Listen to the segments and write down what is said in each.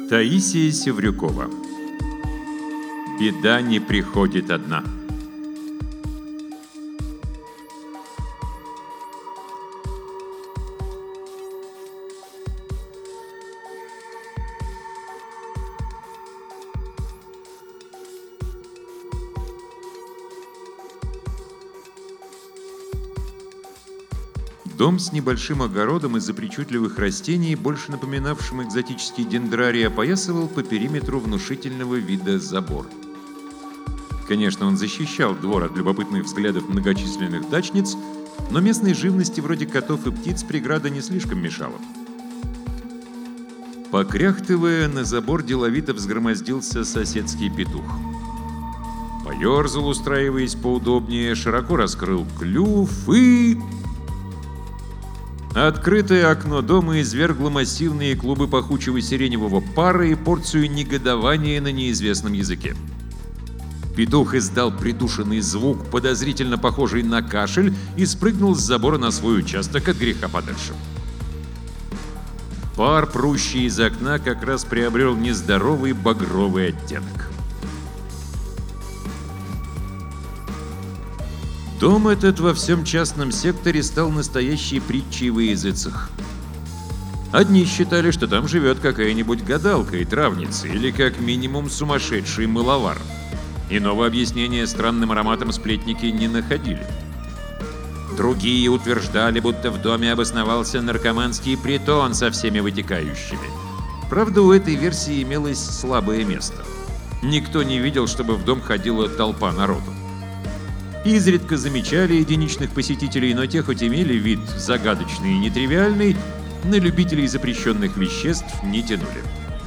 Таисия Севрюкова. Беда не приходит одна. Дом с небольшим огородом из-за причудливых растений, больше напоминавшим экзотический дендрарий, опоясывал по периметру внушительного вида забор. Конечно, он защищал двор от любопытных взглядов многочисленных дачниц, но местной живности вроде котов и птиц преграда не слишком мешала. Покряхтывая, на забор деловито взгромоздился соседский петух. Поерзал, устраиваясь поудобнее, широко раскрыл клюв и... Открытое окно дома извергло массивные клубы пахучего сиреневого пара и порцию негодования на неизвестном языке. Петух издал придушенный звук, подозрительно похожий на кашель, и спрыгнул с забора на свой участок от греха подальше. Пар, прущий из окна, как раз приобрел нездоровый багровый оттенок. Дом этот во всем частном секторе стал настоящей притчей во языцах. Одни считали, что там живет какая-нибудь гадалка и травница, или как минимум сумасшедший мыловар. Иного объяснения странным ароматам сплетники не находили. Другие утверждали, будто в доме обосновался наркоманский притон со всеми вытекающими. Правда, у этой версии имелось слабое место. Никто не видел, чтобы в дом ходила толпа народу. Изредка замечали единичных посетителей, но те хоть имели вид загадочный и нетривиальный, на любителей запрещенных веществ не тянули.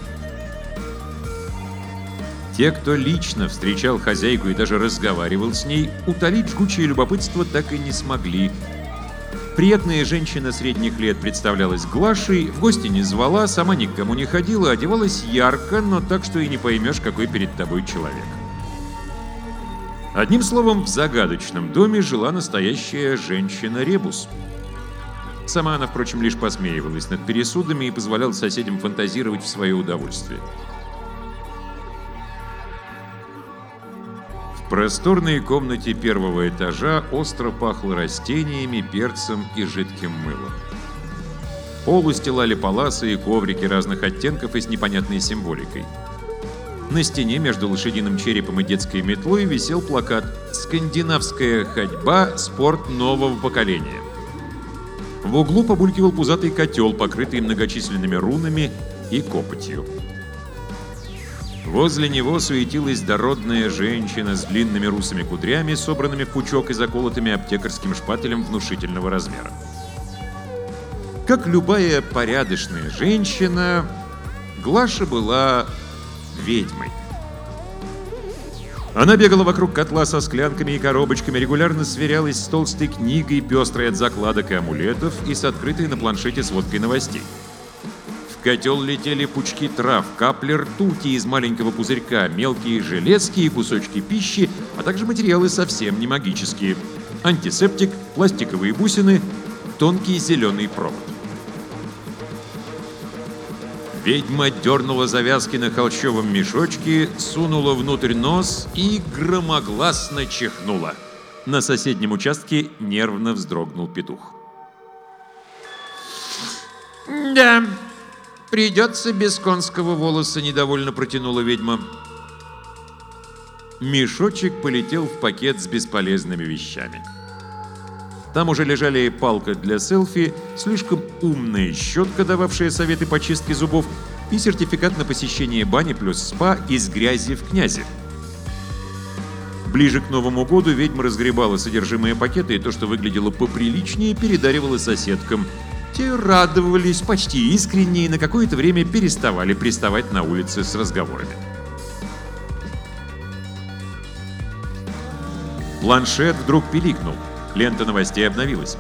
Те, кто лично встречал хозяйку и даже разговаривал с ней, утолить жгучее любопытство так и не смогли. Приятная женщина средних лет представлялась Глашей, в гости не звала, сама ни к кому не ходила, одевалась ярко, но так, что и не поймешь, какой перед тобой человек. Одним словом, в загадочном доме жила настоящая женщина-ребус. Сама она, впрочем, лишь посмеивалась над пересудами и позволяла соседям фантазировать в свое удовольствие. В просторной комнате первого этажа остро пахло растениями, перцем и жидким мылом. Пол устилали паласы и коврики разных оттенков и с непонятной символикой. На стене между лошадиным черепом и детской метлой висел плакат «Скандинавская ходьба. Спорт нового поколения». В углу побулькивал пузатый котел, покрытый многочисленными рунами и копотью. Возле него суетилась дородная женщина с длинными русыми кудрями, собранными в пучок и заколотыми аптекарским шпателем внушительного размера. Как любая порядочная женщина, Глаша была ведьмой. Она бегала вокруг котла со склянками и коробочками, регулярно сверялась с толстой книгой, пестрой от закладок и амулетов, и с открытой на планшете сводкой новостей. В котел летели пучки трав, капли ртути из маленького пузырька, мелкие железки и кусочки пищи, а также материалы совсем не магические. Антисептик, пластиковые бусины, тонкий зеленый провод. Ведьма дернула завязки на холщовом мешочке, сунула внутрь нос и громогласно чихнула. На соседнем участке нервно вздрогнул петух. «Да, придется без конского волоса», — недовольно протянула ведьма. Мешочек полетел в пакет с бесполезными вещами. Там уже лежали палка для селфи, слишком умная щетка, дававшая советы по чистке зубов, и сертификат на посещение бани плюс спа из грязи в князи. Ближе к Новому году ведьма разгребала содержимое пакета, и то, что выглядело поприличнее, передаривала соседкам. Те радовались почти искренне и на какое-то время переставали приставать на улице с разговорами. Планшет вдруг пиликнул. Лента новостей обновилась.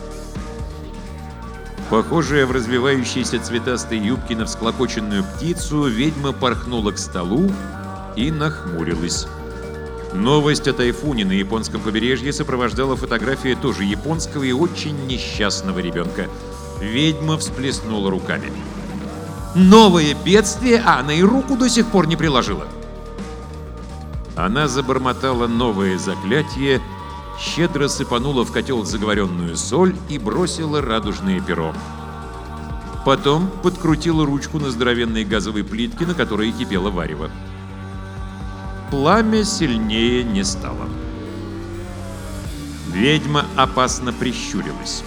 Похожая в развивающейся цветастой юбке на всклокоченную птицу, ведьма порхнула к столу и нахмурилась. Новость о тайфуне на японском побережье сопровождала фотография тоже японского и очень несчастного ребенка. Ведьма всплеснула руками. Новое бедствие, а она и руку до сих пор не приложила. Она забормотала новое заклятие, щедро сыпанула в котел заговоренную соль и бросила радужное перо. Потом подкрутила ручку на здоровенной газовой плитке, на которой кипело варево. Пламя сильнее не стало. Ведьма опасно прищурилась.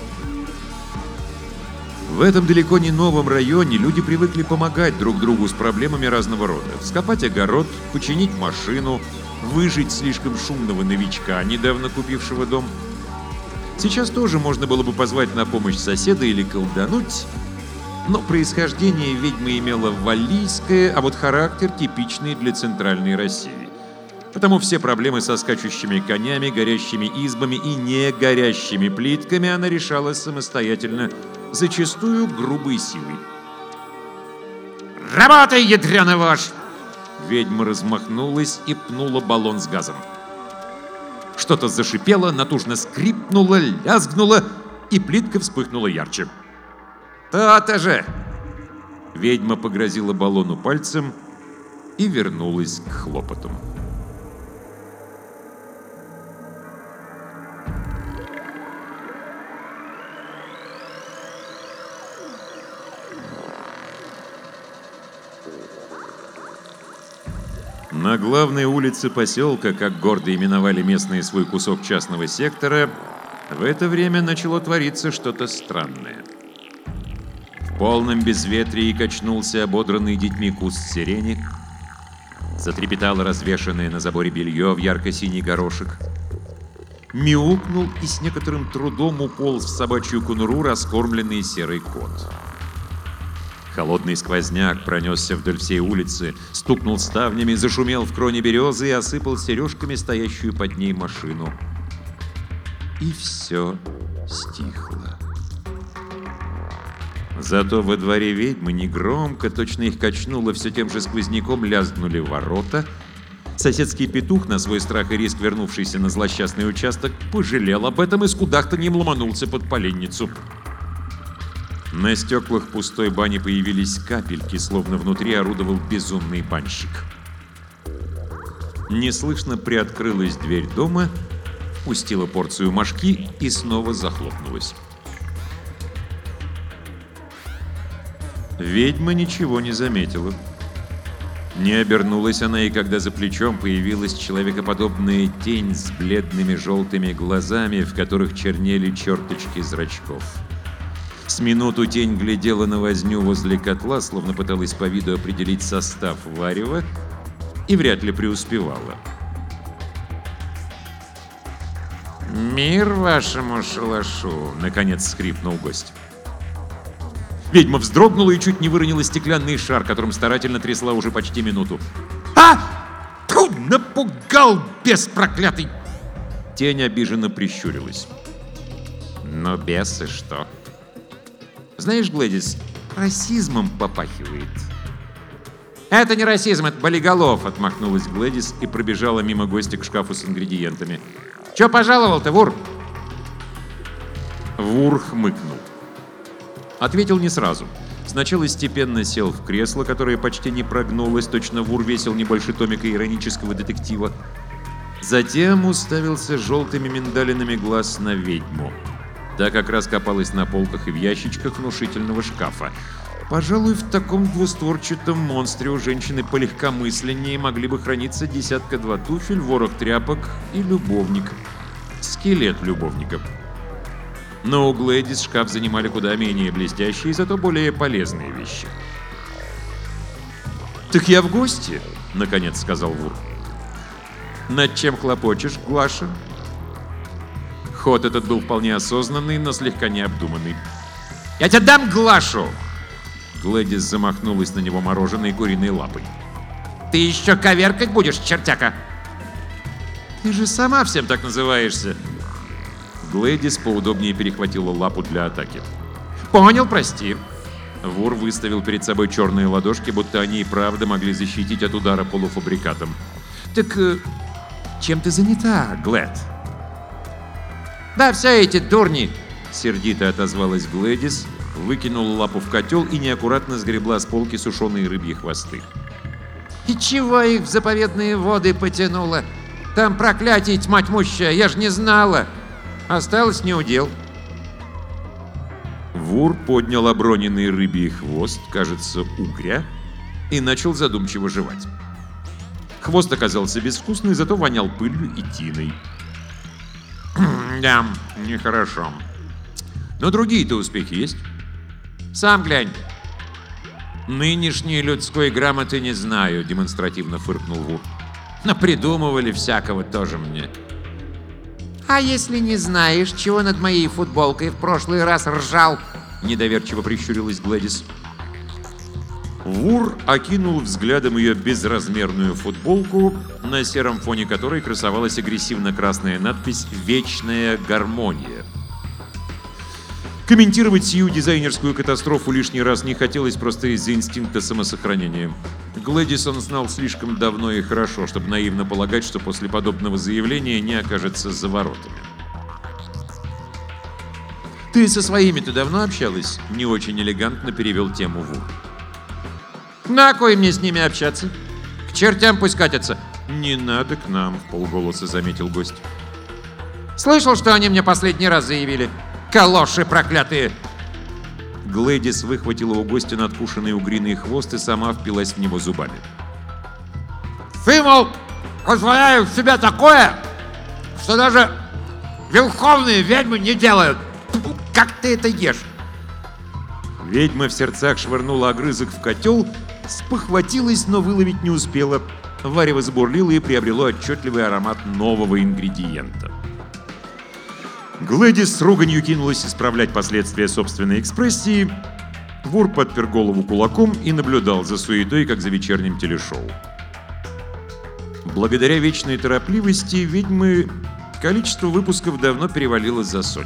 В этом далеко не новом районе люди привыкли помогать друг другу с проблемами разного рода. Вскопать огород, починить машину, выжить слишком шумного новичка, недавно купившего дом. Сейчас тоже можно было бы позвать на помощь соседа или колдануть, но происхождение ведьмы имело валлийское, а вот характер типичный для центральной России. Потому все проблемы со скачущими конями, горящими избами и не горящими плитками она решала самостоятельно, зачастую грубой силой. «Работай, ядреный вождь!» Ведьма размахнулась и пнула баллон с газом. Что-то зашипело, натужно скрипнуло, лязгнуло, и плитка вспыхнула ярче. «То-то же!» Ведьма погрозила баллону пальцем и вернулась к хлопотам. На главной улице поселка, как гордо именовали местные свой кусок частного сектора, в это время начало твориться что-то странное. В полном безветрии качнулся ободранный детьми куст сирени, затрепетало развешанное на заборе белье в ярко-синий горошек, мяукнул и с некоторым трудом уполз в собачью конуру раскормленный серый кот. Холодный сквозняк пронесся вдоль всей улицы, стукнул ставнями, зашумел в кроне березы и осыпал сережками стоящую под ней машину. И все стихло. Зато во дворе ведьмы негромко, точно их качнуло все тем же сквозняком, лязгнули ворота. Соседский петух, на свой страх и риск вернувшийся на злосчастный участок, пожалел об этом и с кудахтаньем ломанулся под поленницу. На стеклах пустой бани появились капельки, словно внутри орудовал безумный банщик. Неслышно приоткрылась дверь дома, впустила порцию мошки и снова захлопнулась. Ведьма ничего не заметила. Не обернулась она, и когда за плечом появилась человекоподобная тень с бледными желтыми глазами, в которых чернели черточки зрачков. С минуту тень глядела на возню возле котла, словно пыталась по виду определить состав варева, и вряд ли преуспевала. «Мир вашему шалашу!» — наконец скрипнул гость. Ведьма вздрогнула и чуть не выронила стеклянный шар, которым старательно трясла уже почти минуту. «А! Тьфу, напугал, бес проклятый!» Тень обиженно прищурилась. «Но бесы что? Знаешь, Глэдис, расизмом попахивает». «Это не расизм, это болиголов», — отмахнулась Глэдис и пробежала мимо гостя к шкафу с ингредиентами. «Чё пожаловал-то, Вур?» Вур хмыкнул. Ответил не сразу. Сначала степенно сел в кресло, которое почти не прогнулось, точно Вур весил не больше томика иронического детектива. Затем уставился желтыми миндалинами глаз на ведьму. Та как раз копалась на полках и в ящичках внушительного шкафа. Пожалуй, в таком двустворчатом монстре у женщины полегкомысленнее могли бы храниться десятка-два туфель, ворох тряпок и любовник. Скелет любовника. Но у Глэдис шкаф занимали куда менее блестящие, зато более полезные вещи. «Так я в гости», — наконец сказал Вур. «Над чем хлопочешь, Глаша?» Ход этот был вполне осознанный, но слегка необдуманный. «Я тебе дам Глашу!» Глэдис замахнулась на него мороженой куриной лапой. «Ты еще коверкать будешь, чертяка?» «Ты же сама всем так называешься!» Глэдис поудобнее перехватила лапу для атаки. «Понял, прости!» Вур выставил перед собой черные ладошки, будто они и правда могли защитить от удара полуфабрикатом. «Так чем ты занята, Глэд?» «Да все эти дурни!» — сердито отозвалась Глэдис выкинула лапу в котел и неаккуратно сгребла с полки сушеные рыбьи хвосты. И чего их в заповедные воды потянуло? Там проклятие тьма тьмущая, я ж не знала. Осталось неудел. Вур поднял оброненный рыбий хвост, кажется, угря, и начал задумчиво жевать. Хвост оказался безвкусный, зато вонял пылью и тиной. Да, нехорошо. Но другие-то успехи есть. Сам глянь. Нынешней людской грамоты не знаю, демонстративно фыркнул Вур. Напридумывали всякого тоже мне. А если не знаешь, чего над моей футболкой в прошлый раз ржал? Недоверчиво прищурилась Глэдис. Вур окинул взглядом ее безразмерную футболку, на сером фоне которой красовалась агрессивно-красная надпись «Вечная гармония». Комментировать сию дизайнерскую катастрофу лишний раз не хотелось просто из-за инстинкта самосохранения. Глэдис он знал слишком давно и хорошо, чтобы наивно полагать, что после подобного заявления не окажется за воротами. «Ты со своими-то давно общалась?» — не очень элегантно перевел тему Вур. «На кой мне с ними общаться? К чертям пусть катятся!» «Не надо к нам», — вполголоса заметил гость. «Слышал, что они мне последний раз заявили? Калоши проклятые!» Глэдис выхватила у гостя надкушенный угриный хвост и сама впилась в него зубами. «Ты, мол, позволяешь себе такое, что даже верховные ведьмы не делают! Как ты это ешь?» Ведьма в сердцах швырнула огрызок в котел, спохватилась, но выловить не успела. Варево забурлило и приобрело отчетливый аромат нового ингредиента. Глэдис с руганью кинулась исправлять последствия собственной экспрессии. Вур подпер голову кулаком и наблюдал за суетой, как за вечерним телешоу. Благодаря вечной торопливости ведьмы количество выпусков давно перевалило за 100.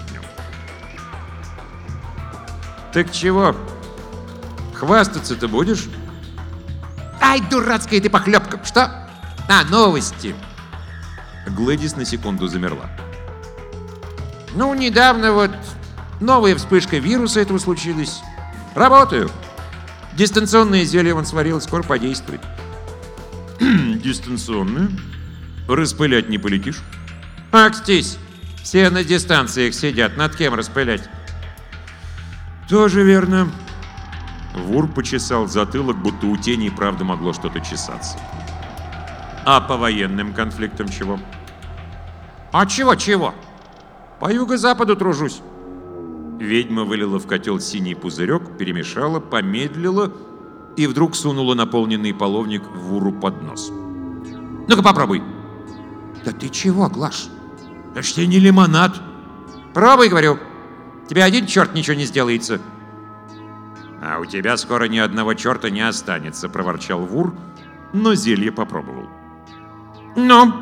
«Так чего? Хвастаться-то будешь?» «Ай, дурацкая ты похлебка! Что? А, новости!» Глэдис на секунду замерла. «Ну, недавно вот новая вспышка вируса этого случилась. Работаю. Дистанционное зелье он сварил, скоро подействует». «Дистанционное? Распылять не полетишь?» «Акстись! Все на дистанциях сидят, над кем распылять?» «Тоже верно». Вур почесал затылок, будто у тени и правда могло что-то чесаться. «А по военным конфликтам чего?» «А чего-чего? По юго-западу тружусь». Ведьма вылила в котел синий пузырек, перемешала, помедлила и вдруг сунула наполненный половник Вуру под нос. «Ну-ка попробуй». «Да ты чего, Глаш?» «Это ж тебе не лимонад». «Пробуй, говорю. Тебе один черт ничего не сделается». «А у тебя скоро ни одного черта не останется», — проворчал Вур, но зелье попробовал. «Ну?»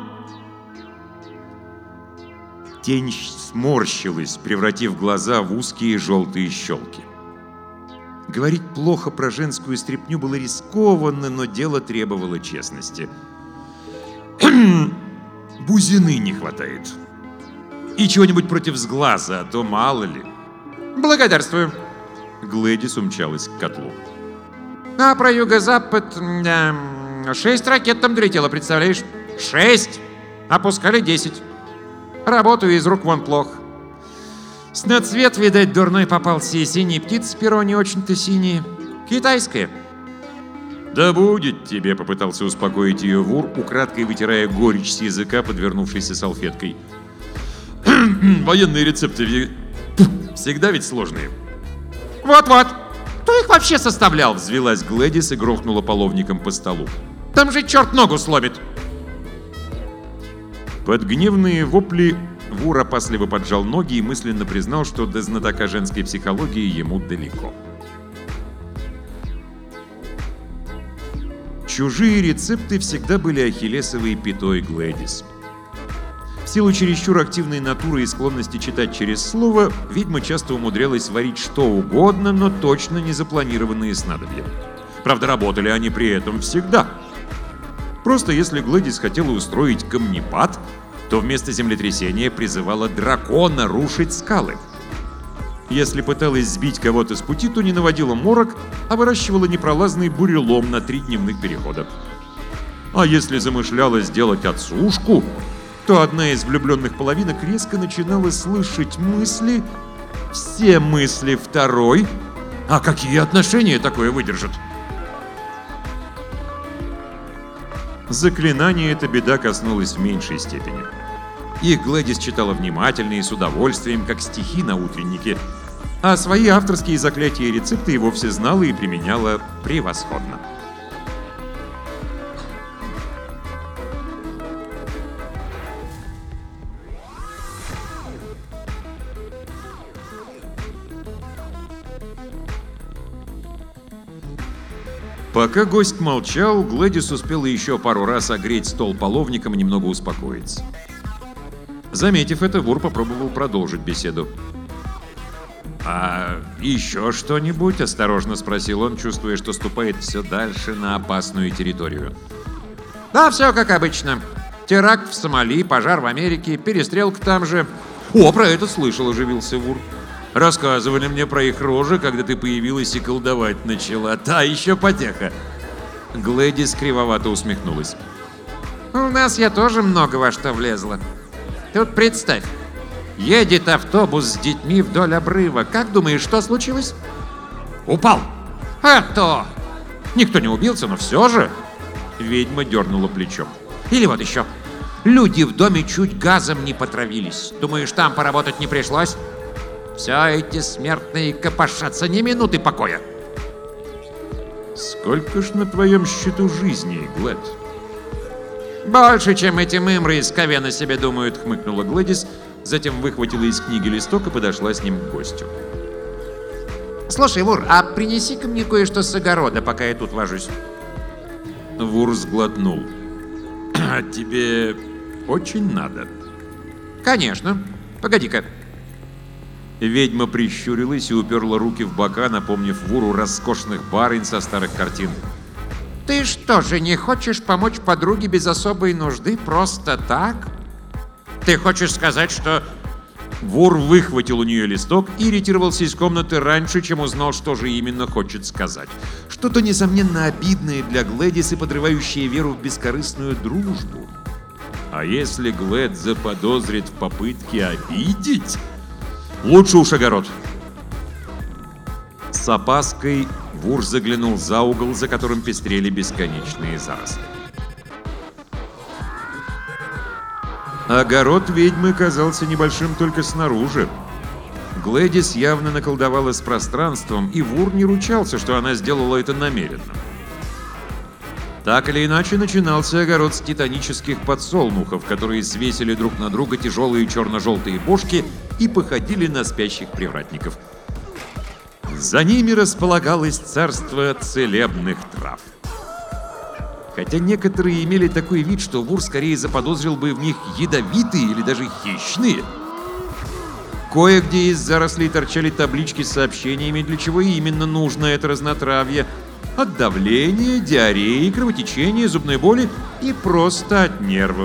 Тень сморщилась, превратив глаза в узкие желтые щелки. Говорить плохо про женскую стряпню было рискованно, но дело требовало честности. Бузины не хватает. И чего-нибудь против сглаза, а то мало ли. «Благодарствую». Глэдис умчалась к котлу. «А про юго-запад... 6 ракет там долетело, представляешь? 6! Опускали 10. Работаю из рук вон плохо. Сноцвет, видать, дурной попался, и синие птицы перо не очень-то синие. Китайская». «Да будет тебе», — попытался успокоить ее Вур, украдкой вытирая горечь с языка, подвернувшейся салфеткой. «Военные рецепты всегда ведь сложные». «Вот-вот. Кто их вообще составлял?» Взвилась Глэдис и грохнула половником по столу. «Там же черт ногу сломит». Под гневные вопли Вур опасливо поджал ноги и мысленно признал, что до знатока женской психологии ему далеко. Чужие рецепты всегда были ахиллесовой пятой Глэдис. В силу чересчур активной натуры и склонности читать через слово, ведьма часто умудрялась варить что угодно, но точно не запланированные снадобья. Правда, работали они при этом всегда. Просто если Глэдис хотела устроить камнепад, то вместо землетрясения призывала дракона рушить скалы. Если пыталась сбить кого-то с пути, то не наводила морок, а выращивала непролазный бурелом на 3 дневных перехода. А если замышляла сделать отсушку, то одна из влюбленных половинок резко начинала слышать мысли, все мысли второй. А какие отношения такое выдержат? Заклинание эта беда коснулась в меньшей степени. Их Глэдис читала внимательно и с удовольствием, как стихи на утреннике, а свои авторские заклятия и рецепты и вовсе знала и применяла превосходно. Пока гость молчал, Глэдис успела еще пару раз огреть стол половником и немного успокоиться. Заметив это, вор попробовал продолжить беседу. «А еще что-нибудь?» – осторожно спросил он, чувствуя, что ступает все дальше на опасную территорию. Да, все как обычно. Теракт в Сомали, пожар в Америке, перестрелка там же. «О, про это слышал», – оживился вор. «Рассказывали мне про их рожи, когда ты появилась и колдовать начала. Та еще потеха». Глэдис кривовато усмехнулась. У нас я тоже много во что влезла. Тут представь, едет автобус с детьми вдоль обрыва. Как думаешь, что случилось? «Упал!» А то! Никто не убился, но все же. Ведьма дернула плечом. Или вот еще. Люди в доме чуть газом не потравились. Думаешь, там поработать не пришлось? Все эти смертные копошатся, ни минуты покоя. Сколько ж на твоем счету жизни, Глэд? Больше, чем эти мымры из Ковена себе думают, Хмыкнула Глэдис, затем выхватила из книги листок и подошла с ним к гостю. Слушай, Вур, а принеси-ка мне кое-что с огорода, пока я тут вожусь. Вур сглотнул. А тебе очень надо? Конечно. Погоди-ка. Ведьма прищурилась и уперла руки в бока, напомнив Вуру роскошных барынь со старых картин. Ты что же, не хочешь помочь подруге без особой нужды просто так? Ты хочешь сказать, что... Вор выхватил у нее листок и ретировался из комнаты раньше, чем узнал, что же именно хочет сказать. Что-то, несомненно, обидное для Глэдис и подрывающее веру в бескорыстную дружбу. А если Глэд заподозрит в попытке обидеть... Лучше уж огород. С опаской Вур заглянул за угол, за которым пестрели бесконечные заросли. Огород ведьмы казался небольшим только снаружи. Глэдис явно наколдовала с пространством, и Вур не ручался, что она сделала это намеренно. Так или иначе, начинался огород с титанических подсолнухов, которые свесили друг на друга тяжелые черно-желтые бошки и походили на спящих привратников. За ними располагалось царство целебных трав. Хотя некоторые имели такой вид, что Вур скорее заподозрил бы в них ядовитые или даже хищные. Кое-где из зарослей торчали таблички с сообщениями, для чего именно нужно это разнотравье. От давления, диареи, кровотечения, зубной боли и просто от нервов.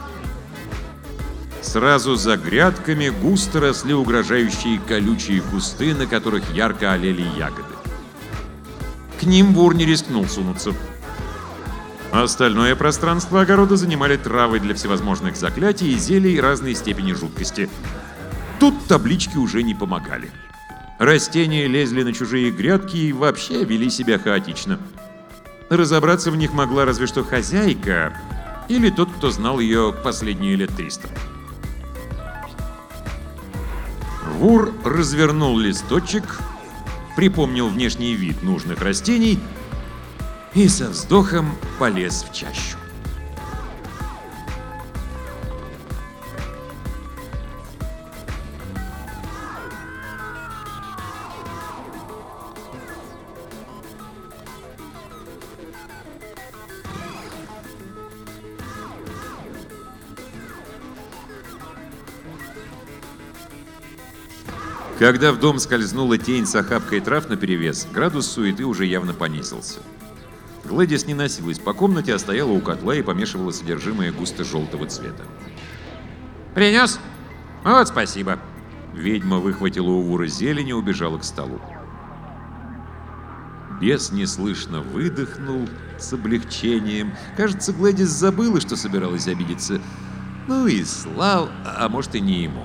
Сразу за грядками густо росли угрожающие колючие кусты, на которых ярко олели ягоды. К ним Вур не рискнул сунуться. Остальное пространство огорода занимали травы для всевозможных заклятий и зелий разной степени жуткости. Тут таблички уже не помогали. Растения лезли на чужие грядки и вообще вели себя хаотично. Разобраться в них могла разве что хозяйка или тот, кто знал ее последние лет 300. Вур развернул листочек, припомнил внешний вид нужных растений и со вздохом полез в чащу. Когда в дом скользнула тень с охапкой трав наперевес, градус суеты уже явно понизился. Глэдис не носилась по комнате, а стояла у котла и помешивала содержимое густо-желтого цвета. Принес? Вот спасибо. Ведьма выхватила у Вура зелень и убежала к столу. Бес неслышно выдохнул с облегчением. Кажется, Глэдис забыла, что собиралась обидеться. Ну и слава, а может и не ему.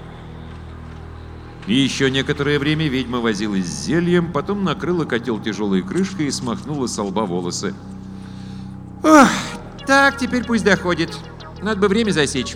И еще некоторое время ведьма возилась с зельем, потом накрыла котел тяжелой крышкой и смахнула со лба волосы. Ох, так, теперь пусть доходит. Надо бы время засечь.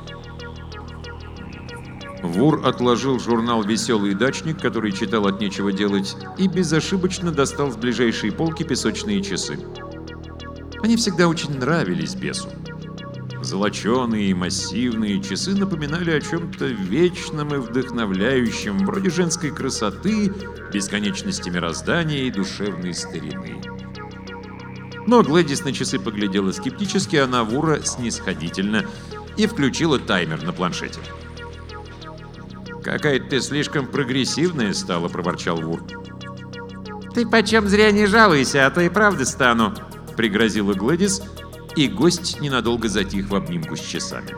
Вур отложил журнал «Веселый дачник», который читал от нечего делать, и безошибочно достал с ближайшей полки песочные часы. Они всегда очень нравились бесу. Золоченые и массивные часы напоминали о чем-то вечном и вдохновляющем, вроде женской красоты, бесконечности мироздания и душевной старины. Но Глэдис на часы поглядела скептически, а на Вура снисходительно и включила таймер на планшете. «Какая-то ты слишком прогрессивная стала», — проворчал Вур. Ты почем зря не жалуйся, а то и правда стану. — пригрозила Глэдис, и гость ненадолго затих в обнимку с часами.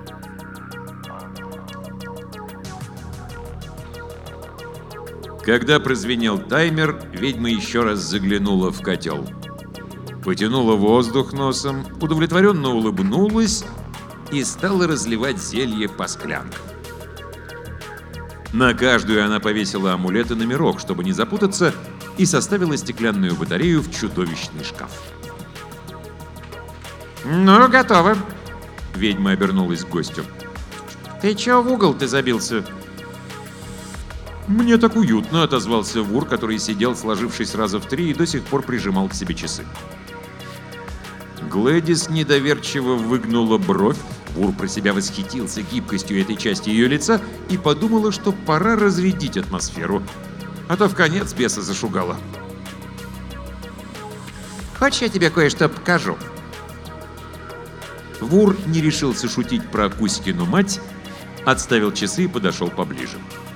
Когда прозвенел таймер, ведьма еще раз заглянула в котел. Потянула воздух носом, удовлетворенно улыбнулась и стала разливать зелье по склянкам. На каждую она повесила амулет и номерок, чтобы не запутаться, и составила стеклянную батарею в чудовищный шкаф. Ну, готово. Ведьма обернулась к гостю. Ты чё в угол-то забился? «Мне так уютно», — отозвался Вур, который сидел, сложившись раза в 3, и до сих пор прижимал к себе часы. Глэдис недоверчиво выгнула бровь. Вур про себя восхитился гибкостью этой части ее лица и подумала, что пора разрядить атмосферу, а то вконец беса зашугала. Хочешь, я тебе кое-что покажу? Вур не решился шутить про Кузькину мать, отставил часы и подошел поближе.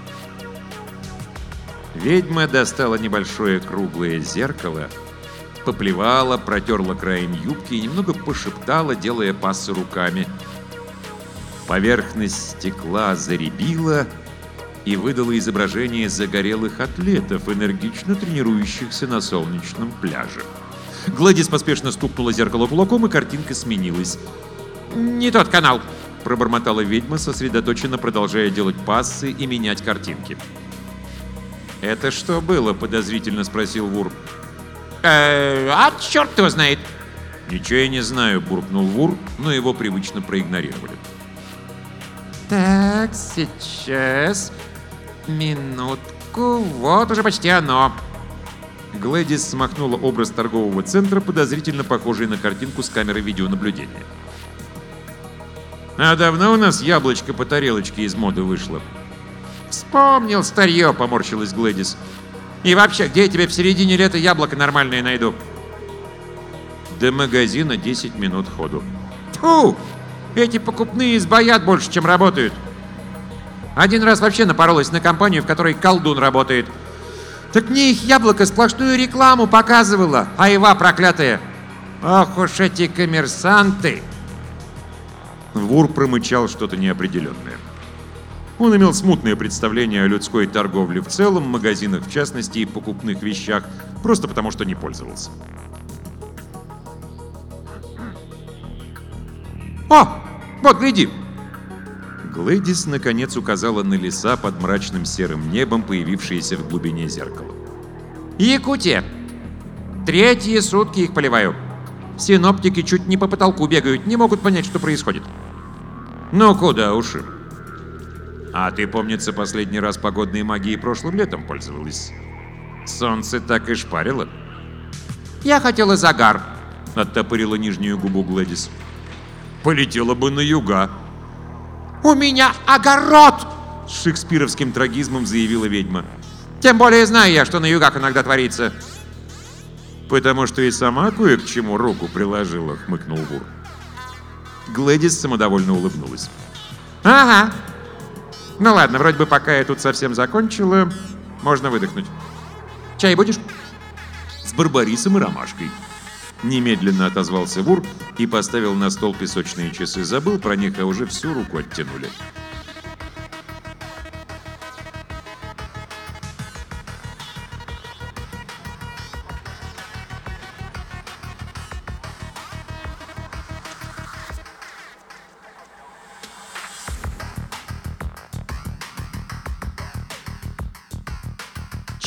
Ведьма достала небольшое круглое зеркало, поплевала, протерла краем юбки и немного пошептала, делая пассы руками. Поверхность стекла зарябила и выдала изображение загорелых атлетов, энергично тренирующихся на солнечном пляже. Глэдис поспешно стукнула зеркало кулаком, и картинка сменилась. Не тот канал. — пробормотала ведьма, сосредоточенно продолжая делать пассы и менять картинки. «Это что было?» — подозрительно спросил Вур. А черт его знает. «Ничего я не знаю», — буркнул Вур, но его привычно проигнорировали. Так, сейчас. Минутку. Вот уже почти оно. Глэдис смахнула образ торгового центра, подозрительно похожий на картинку с камеры видеонаблюдения. «А давно у нас яблочко по тарелочке из моды вышло?» Вспомнил старье, поморщилась Глэдис. И вообще, где я тебе в середине лета яблоко нормальное найду? До магазина 10 минут ходу. Тьфу! Эти покупные сбоят больше, чем работают. Один раз вообще напоролась на компанию, в которой колдун работает. Так мне их яблоко сплошную рекламу показывало, айва проклятая. Ох уж эти коммерсанты! Вур промычал что-то неопределенное. Он имел смутное представление о людской торговле в целом, магазинах в частности и покупных вещах, просто потому что не пользовался. О, вот, гляди! Глэдис наконец указала на леса под мрачным серым небом, появившиеся в глубине зеркала. Якутия. 3-й сутки их поливаю. Синоптики чуть не по потолку бегают, не могут понять, что происходит. Ну куда уж им. А ты, помнится, последний раз погодной магией прошлым летом пользовалась? Солнце так и шпарило. Я хотела загар. Оттопырила нижнюю губу Глэдис. Полетела бы на юга. У меня огород! С шекспировским трагизмом заявила ведьма. Тем более знаю я, что на югах иногда творится. Потому что и сама кое к чему руку приложила, хмыкнул Вур. Глэдис самодовольно улыбнулась. Ага. Ну ладно, вроде бы пока я тут совсем закончила, можно выдохнуть. Чай будешь? С барбарисом и ромашкой. Немедленно отозвался Вур и поставил на стол песочные часы. Забыл про них, а уже всю руку оттянули.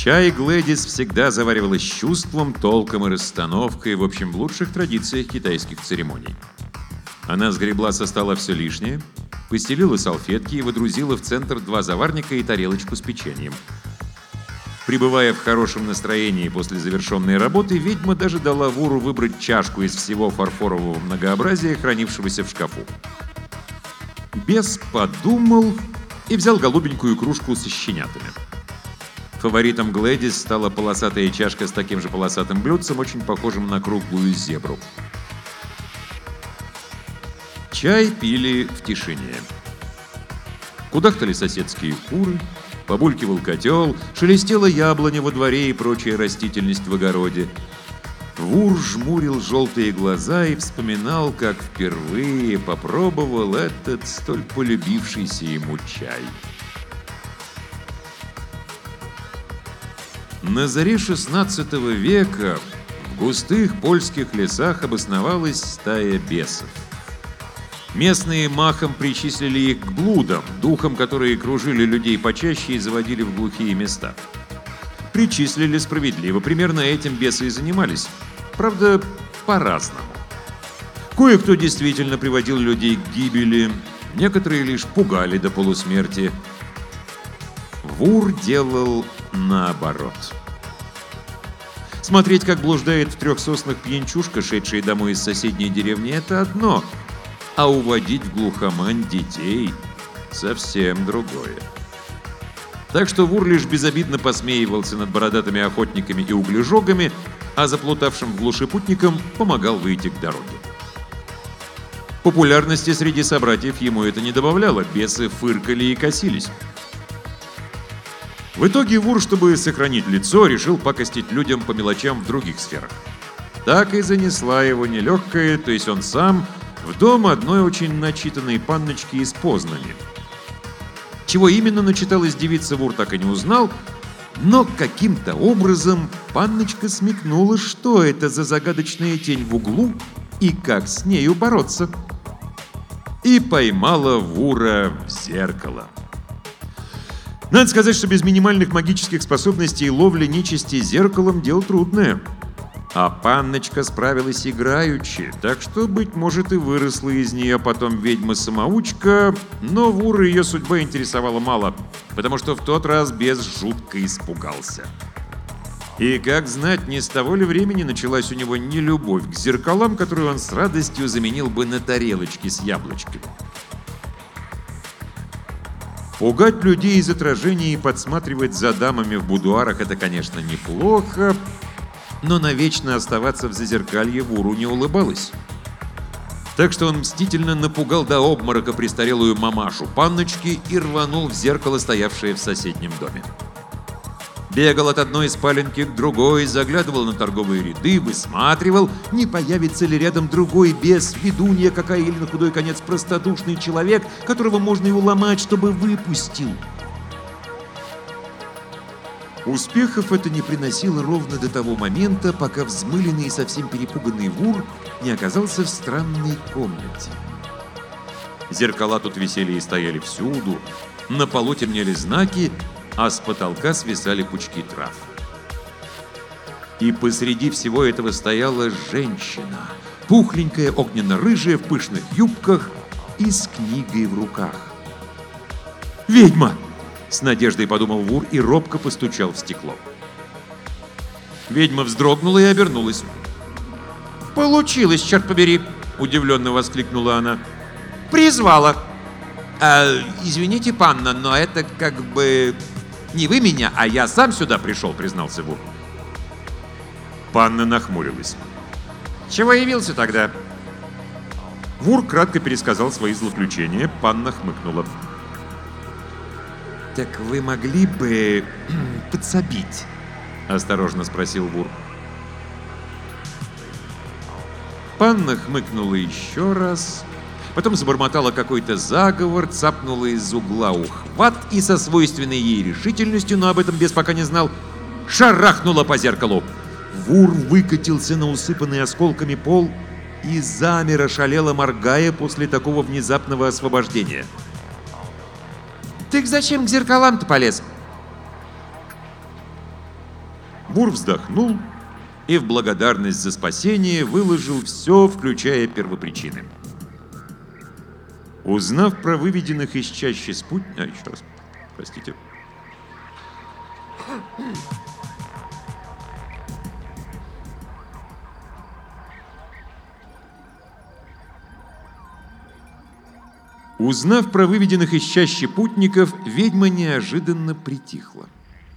Чай Глэдис всегда заваривала с чувством, толком и расстановкой, в общем, в лучших традициях китайских церемоний. Она сгребла со стола все лишнее, постелила салфетки и выдрузила в центр 2 заварника и тарелочку с печеньем. Пребывая в хорошем настроении после завершенной работы, ведьма даже дала Вуру выбрать чашку из всего фарфорового многообразия, хранившегося в шкафу. Бес подумал и взял голубенькую кружку со щенятами. Фаворитом Глэдис стала полосатая чашка с таким же полосатым блюдцем, очень похожим на круглую зебру. Чай пили в тишине. Кудахтали соседские куры, побулькивал котел, шелестела яблоня во дворе и прочая растительность в огороде. Вур жмурил желтые глаза и вспоминал, как впервые попробовал этот столь полюбившийся ему чай. На заре XVI века в густых польских лесах обосновалась стая бесов. Местные махом причислили их к блудам, духам, которые кружили людей почаще и заводили в глухие места. Причислили справедливо, примерно этим бесы и занимались. Правда, по-разному. Кое-кто действительно приводил людей к гибели, некоторые лишь пугали до полусмерти. Вур делал наоборот. Смотреть, как блуждает в 3 соснах пьянчушка, шедшая домой из соседней деревни, это одно, а уводить в глухомань детей — совсем другое. Так что Вур лишь безобидно посмеивался над бородатыми охотниками и углежогами, а заплутавшим в глуши путникам помогал выйти к дороге. Популярности среди собратьев ему это не добавляло, бесы фыркали и косились. В итоге Вур, чтобы сохранить лицо, решил пакостить людям по мелочам в других сферах. Так и занесла его нелегкая, то есть он сам, в дом одной очень начитанной панночки из Познани. Чего именно начиталась девица, Вур так и не узнал, но каким-то образом панночка смекнула, что это за загадочная тень в углу и как с нею бороться. И поймала Вура в зеркало. Надо сказать, что без минимальных магических способностей ловли нечисти зеркалом дело трудное. А панночка справилась играючи, так что, быть может, и выросла из нее потом ведьма-самоучка, но Вура ее судьба интересовала мало, потому что в тот раз бес жутко испугался. И, как знать, не с того ли времени началась у него нелюбовь к зеркалам, которую он с радостью заменил бы на тарелочки с яблочками. Пугать людей из отражений и подсматривать за дамами в будуарах — это, конечно, неплохо, но навечно оставаться в зазеркалье Вуру не улыбалось. Так что он мстительно напугал до обморока престарелую мамашу панночки и рванул в зеркало, стоявшее в соседнем доме. Бегал от одной спаленки к другой, заглядывал на торговые ряды, высматривал, не появится ли рядом другой бес, ведунья какая или на худой конец простодушный человек, которого можно и уломать, чтобы выпустил. Успехов это не приносило ровно до того момента, пока взмыленный и совсем перепуганный Вур не оказался в странной комнате. Зеркала тут висели и стояли всюду, на полу темнели знаки, а с потолка свисали пучки трав. И посреди всего этого стояла женщина, пухленькая, огненно-рыжая, в пышных юбках и с книгой в руках. «Ведьма!» — с надеждой подумал Вур и робко постучал в стекло. Ведьма вздрогнула и обернулась. «Получилось, черт побери!» — удивленно воскликнула она. «Призвала!» «Извините, панна, но это как бы не вы меня, а я сам сюда пришел», — признался Вур. Панна нахмурилась. «Чего явился тогда?» Вур кратко пересказал свои злоключения, панна хмыкнула. «Так вы могли бы подсобить?» — осторожно спросил Вур. Панна хмыкнула еще раз, потом забормотала какой-то заговор, цапнула из угла ухват и со свойственной ей решительностью, но об этом бес пока не знал, шарахнула по зеркалу. Вур выкатился на усыпанный осколками пол и замер, ошалело моргая после такого внезапного освобождения. «Ты зачем к зеркалам-то полез?» Вур вздохнул и в благодарность за спасение выложил все, включая первопричины. Узнав про выведенных из чащи спутников... еще раз, простите. Узнав про выведенных из чащи путников, ведьма неожиданно притихла.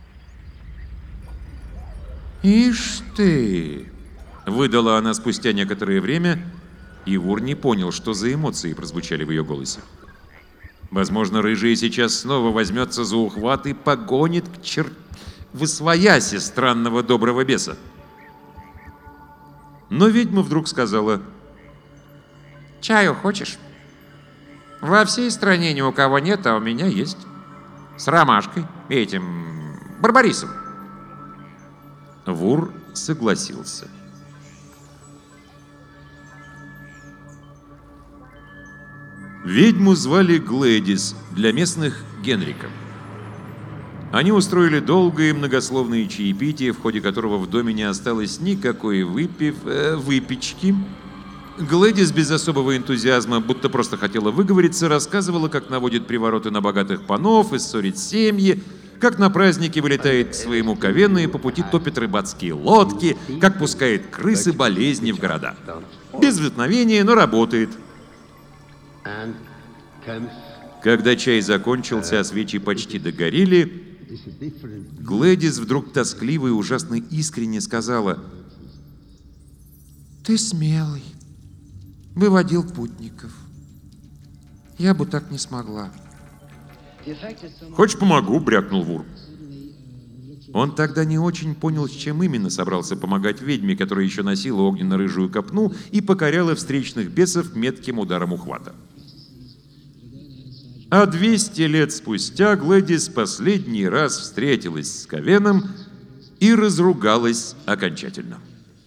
«Ишь ты!» — выдала она спустя некоторое время, и Вур не понял, что за эмоции прозвучали в ее голосе. Возможно, рыжая сейчас снова возьмется за ухват и погонит восвояси странного доброго беса. Но ведьма вдруг сказала: «Чаю хочешь? Во всей стране ни у кого нет, а у меня есть. С ромашкой и этим барбарисом». Вур согласился. Ведьму звали Глэдис, для местных Генрика. Они устроили долгое и многословное чаепитие, в ходе которого в доме не осталось никакой выпечки. Глэдис без особого энтузиазма, будто просто хотела выговориться, рассказывала, как наводит привороты на богатых панов и ссорит семьи, как на празднике вылетает к своему ковену и по пути топит рыбацкие лодки, как пускает крысы болезни в города. Без вдохновения, но работает. Когда чай закончился, а свечи почти догорели, Глэдис вдруг тоскливо и ужасно искренне сказала: «Ты смелый, выводил путников. Я бы так не смогла». «Хочешь, помогу?» — брякнул Вур. Он тогда не очень понял, с чем именно собрался помогать ведьме, которая еще носила огненно-рыжую копну и покоряла встречных бесов метким ударом ухвата. А 200 лет спустя Глэдис последний раз встретилась с Ковеном и разругалась окончательно.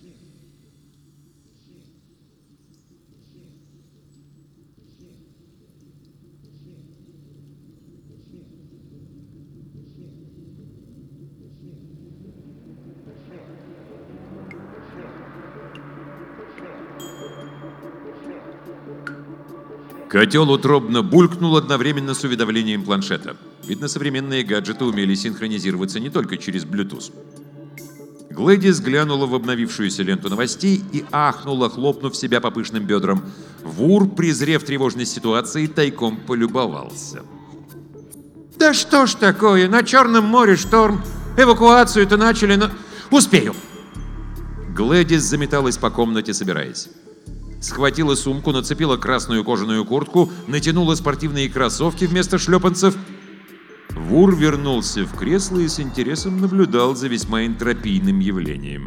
Котел утробно булькнул одновременно с уведомлением планшета. Видно, современные гаджеты умели синхронизироваться не только через Bluetooth. Глэдис глянула в обновившуюся ленту новостей и ахнула, хлопнув себя по пышным бедрам. Вур, презрев тревожность ситуации, тайком полюбовался. «Да что ж такое? На Черном море шторм. Эвакуацию-то начали, но... Успею!» Глэдис заметалась по комнате, собираясь. Схватила сумку, нацепила красную кожаную куртку, натянула спортивные кроссовки вместо шлепанцев. Вур вернулся в кресло и с интересом наблюдал за весьма энтропийным явлением.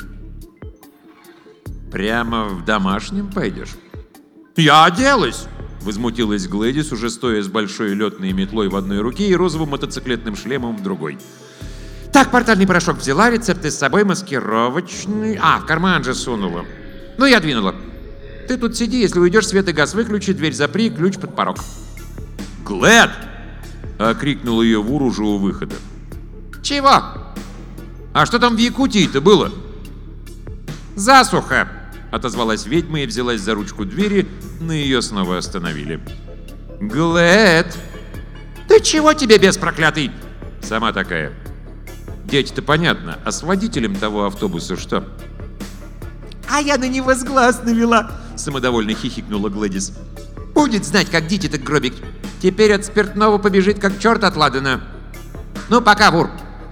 «Прямо в домашнем пойдешь?» «Я оделась!» — возмутилась Глэдис, уже стоя с большой летной метлой в одной руке и розовым мотоциклетным шлемом в другой. «Так, портальный порошок взяла, рецепты с собой, маскировочный... в карман же сунула. Ну, я двинула. Ты тут сиди, если уйдешь, свет и газ выключи, дверь запри, ключ под порог». «Глэд!» — окрикнул ее Вур уже у выхода. «Чего? А что там в Якутии-то было?» «Засуха!» — отозвалась ведьма и взялась за ручку двери, но ее снова остановили. «Глэд! Ты чего тебе, бес проклятый?» «Сама такая. Дети-то понятно, а с водителем того автобуса что?» «А я на него с глаз навела!» — самодовольно хихикнула Глэдис. «Будет знать, как дити-то гробик. Теперь от спиртного побежит, как черт от ладана. Ну, пока, Вур!»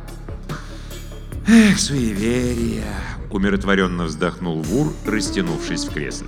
«Эх, суеверия!» — умиротворенно вздохнул Вур, растянувшись в кресле.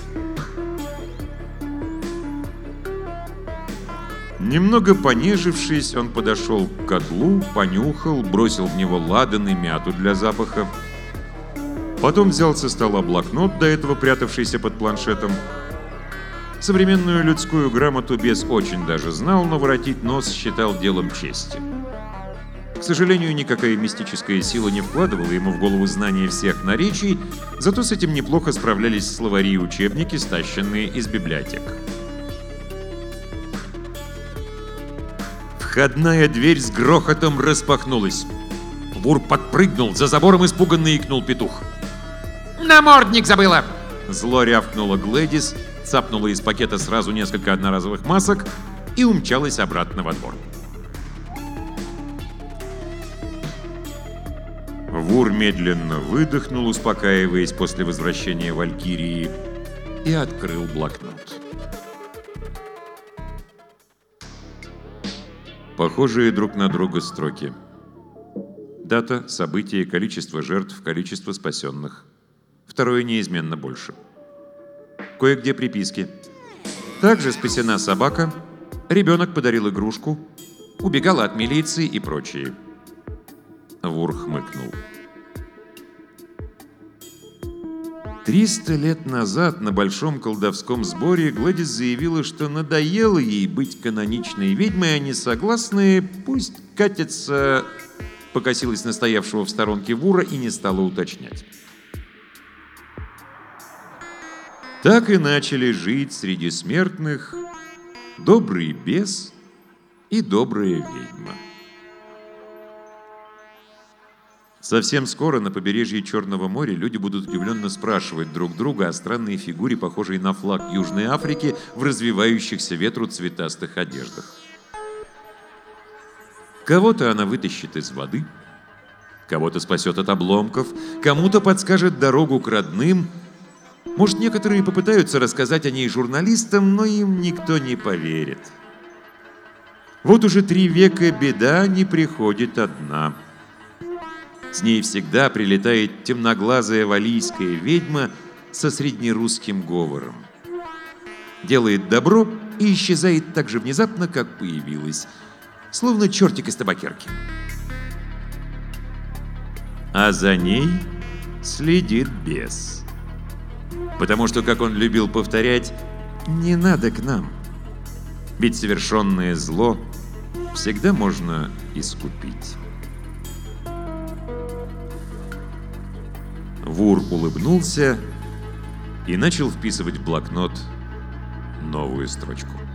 Немного понежившись, он подошел к котлу, понюхал, бросил в него ладан и мяту для запаха. Потом взял со стола блокнот, до этого прятавшийся под планшетом. Современную людскую грамоту бес очень даже знал, но воротить нос считал делом чести. К сожалению, никакая мистическая сила не вкладывала ему в голову знания всех наречий, зато с этим неплохо справлялись словари и учебники, стащенные из библиотек. Входная дверь с грохотом распахнулась. Вур подпрыгнул, за забором испуганно икнул петух. Намордник забыла! Зло рявкнула Глэдис, цапнула из пакета сразу несколько одноразовых масок и умчалась обратно во двор. Вур медленно выдохнул, успокаиваясь после возвращения Валькирии, и открыл блокнот. Похожие друг на друга строки. Дата, событие, количество жертв, количество спасенных. Второе неизменно больше. Кое-где приписки. Также спасена собака, ребенок подарил игрушку, убегала от милиции и прочие. Вур хмыкнул. 300 лет назад на большом колдовском сборе Глэдис заявила, что надоело ей быть каноничной ведьмой, а несогласные пусть катятся... Покосилась на стоявшего в сторонке Вура и не стала уточнять. Так и начали жить среди смертных добрый бес и добрая ведьма. Совсем скоро на побережье Черного моря люди будут удивленно спрашивать друг друга о странной фигуре, похожей на флаг Южной Африки в развивающихся ветру цветастых одеждах. Кого-то она вытащит из воды, кого-то спасет от обломков, кому-то подскажет дорогу к родным. Может, некоторые попытаются рассказать о ней журналистам, но им никто не поверит. Вот уже 3 века беда не приходит одна. С ней всегда прилетает темноглазая валлийская ведьма со среднерусским говором. Делает добро и исчезает так же внезапно, как появилась, словно чертик из табакерки. А за ней следит бес. Потому что, как он любил повторять, не надо к нам. Ведь совершенное зло всегда можно искупить. Вур улыбнулся и начал вписывать в блокнот новую строчку.